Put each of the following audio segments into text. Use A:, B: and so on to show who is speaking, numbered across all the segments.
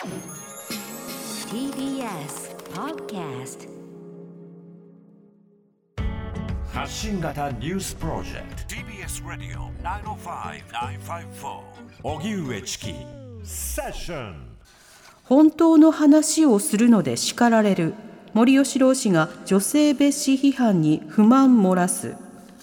A: TBS Podcast
B: 発信型ニュースプロジェクト TBS ラディオ905-954おぎゅうえちきセッション。
C: 本当の話をするので叱られる。森喜朗氏が女性蔑視批判に不満漏らす。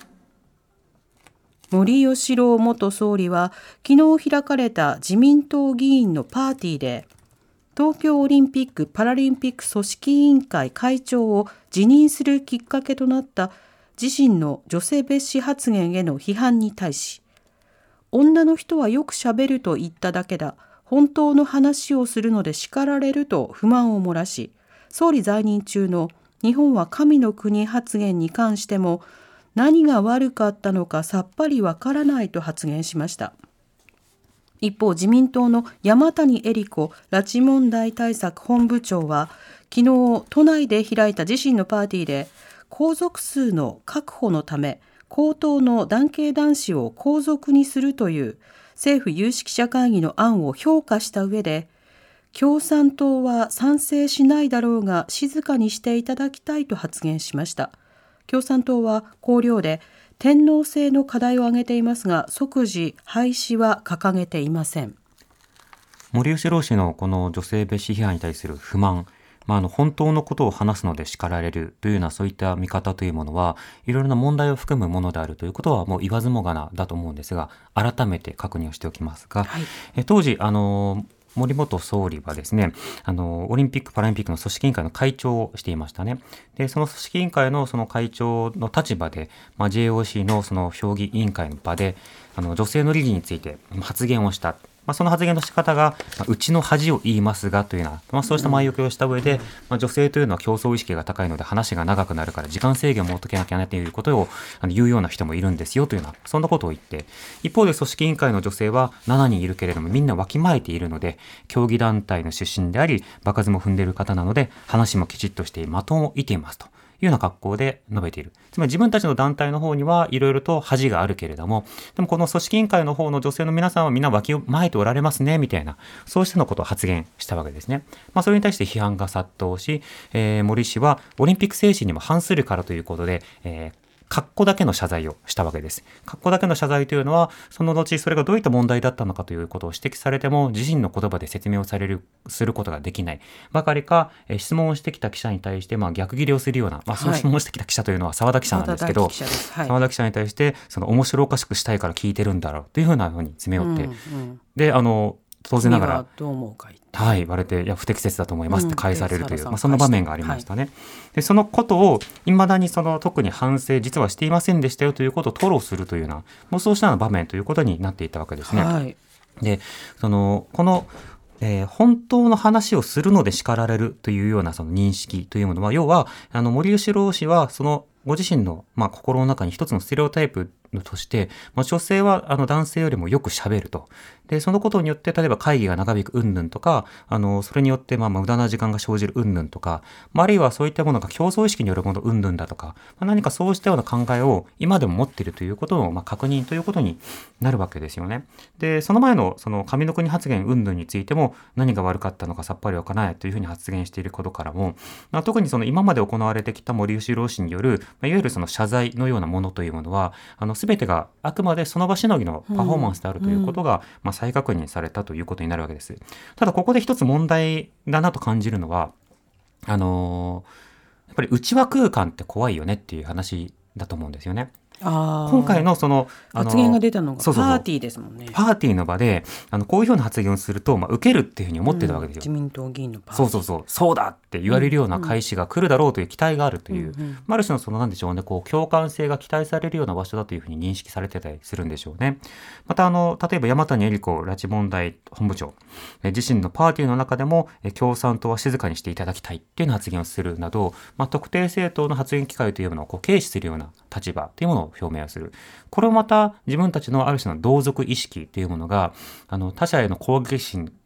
C: 森喜朗元総理は昨日開かれた自民党議員のパーティーで、東京オリンピック・パラリンピック組織委員会会長を辞任するきっかけとなった自身の女性蔑視発言への批判に対し、女の人はよくしゃべると言っただけだ、本当の話をするので叱られると不満を漏らし、総理在任中の日本は神の国発言に関しても何が悪かったのかさっぱりわからないと発言しました。一方、自民党の山谷恵理子拉致問題対策本部長は昨日都内で開いた自身のパーティーで、皇族数の確保のため皇統の男系男子を皇族にするという政府有識者会議の案を評価した上で、共産党は賛成しないだろうが静かにしていただきたいと発言しました。共産党は綱領で天皇制の課題を挙げていますが、即時廃止は掲げていません。
D: 森喜朗氏のこの女性蔑視批判に対する不満、本当のことを話すので叱られるというようなそういった見方というものはいろいろな問題を含むものであるということはもう言わずもがなだと思うんですが、改めて確認をしておきますが、当時森元総理はですね、オリンピック・パラリンピックの組織委員会の会長をしていましたね。で、その組織委員会のその会長の立場で、JOC のその評議委員会の場で、女性の理事について発言をした。その発言の仕方が、うちの恥を言いますがというような、そうした前置きをした上で、女性というのは競争意識が高いので話が長くなるから時間制限を設けなきゃなということを言うような人もいるんですよというような、そんなことを言って、一方で組織委員会の女性は7人いるけれどもみんなわきまえているので、競技団体の出身であり、場数も踏んでいる方なので、話もきちっとして的を射ていますというような格好で述べている。つまり自分たちの団体の方にはいろいろと恥があるけれども、でもこの組織委員会の方の女性の皆さんはみんなわきまえておられますねみたいな、そうしたのことを発言したわけですね。それに対して批判が殺到し、森氏はオリンピック精神にも反するからということで、括弧だけの謝罪をしたわけです。括弧だけの謝罪というのは、その後それがどういった問題だったのかということを指摘されても、自身の言葉で説明をすることができないばかりか、質問をしてきた記者に対して、逆ギレをするような、その質問をしてきた記者というのは澤田記者なんですけど、澤田記者に対して、その面白おかしくしたいから聞いてるんだろうというふうなふうに詰め寄って、で、当然ながら、
C: どう思うか
D: 言われて、いや不適切だと思いますって返されるという、そんな場面がありましたね。で、そのことを未だに特に反省実はしていませんでしたよということを吐露するというような、もうそうしたような場面ということになっていたわけですね。で、この本当の話をするので叱られるというようなその認識というものは、要は森喜朗氏はそのご自身の心の中に一つのステレオタイプとして、女性は男性よりもよく喋ると。で、そのことによって例えば会議が長引く云々とか、それによって無駄な時間が生じる云々とか、あるいはそういったものが競争意識によるもの云々だとか、何かそうしたような考えを今でも持っているということの確認ということになるわけですよね。で、その前のその神の国発言云々についても何が悪かったのかさっぱりわからないというふうに発言していることからも、特にその今まで行われてきた森喜朗氏による、いわゆるその謝罪のようなものというものは、全てがあくまでその場しのぎのパフォーマンスであるということが、再確認されたということになるわけです。ただここで一つ問題だなと感じるのは、やっぱり内輪空間って怖いよねっていう話だと思うんですよね。今回のその
C: 発言が出たのがパーティーですもんね。
D: パーティーの場でこういうふうな発言をすると、受けるっていうふうに思ってたわけですよ。
C: 自民党議員のパーティー。
D: そうだって言われるような開始が来るだろうという期待があるという、ある種のなんでしょうね、共感性が期待されるような場所だというふうに認識されてたりするんでしょうね。また例えば山谷恵理子拉致問題本部長、自身のパーティーの中でも共産党は静かにしていただきたいっていうような発言をするなど、特定政党の発言機会というものを軽視するような立場というものを表明をする。これをまた自分たちのある種の同族意識というものが他者への攻撃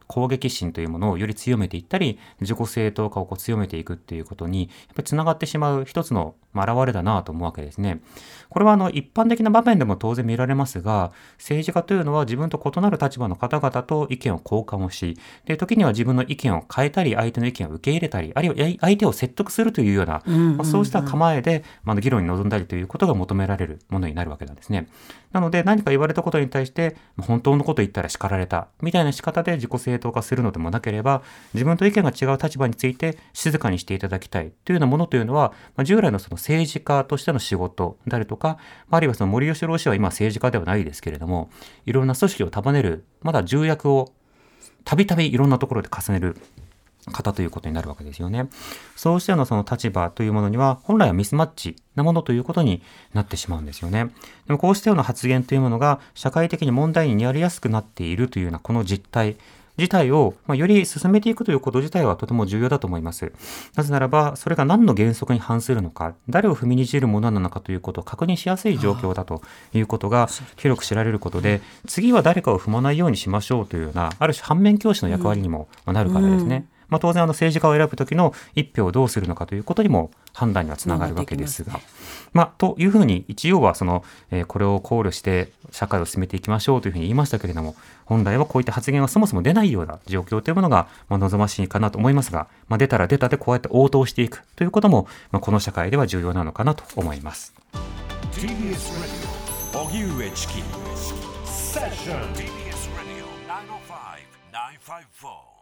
D: 攻撃心というものをより強めていったり、自己正当化を強めていくっていうことにやっぱりつながってしまう一つの現れだなと思うわけですね。これは一般的な場面でも当然見られますが、政治家というのは自分と異なる立場の方々と意見を交換をし、で時には自分の意見を変えたり、相手の意見を受け入れたり、あるいは相手を説得するというような、そうした構えで、議論に臨んだりということが求められるものになるわけなんですね。なので何か言われたことに対して本当のこと言ったら叱られたみたいな仕方で自己正当化するのでもなければ、自分と意見が違う立場について静かにしていただきたいというようなものというのは、従来のその政治家としての仕事であるとか、あるいはその森喜朗氏は今政治家ではないですけれども、いろんな組織を束ねる、まだ重役をたびたびいろんなところで重ねる方ということになるわけですよね。そうしたようなその立場というものには本来はミスマッチなものということになってしまうんですよね。でもこうしたような発言というものが社会的に問題になりやすくなっているというようなこの実態自体を、より進めていくということ自体はとても重要だと思います。なぜならばそれが何の原則に反するのか、誰を踏みにじるものなのかということを確認しやすい状況だということが広く知られることで、次は誰かを踏まないようにしましょうというようなある種反面教師の役割にもなるからですね。当然政治家を選ぶときの一票をどうするのかということにも判断にはつながるわけですが、というふうに一応はこれを考慮して社会を進めていきましょうというふうに言いましたけれども、本来はこういった発言がそもそも出ないような状況というものが望ましいかなと思いますが、出たら出たでこうやって応答していくということも、この社会では重要なのかなと思います。
B: TBS Radio 荻上チキセッション TBS Radio 905-954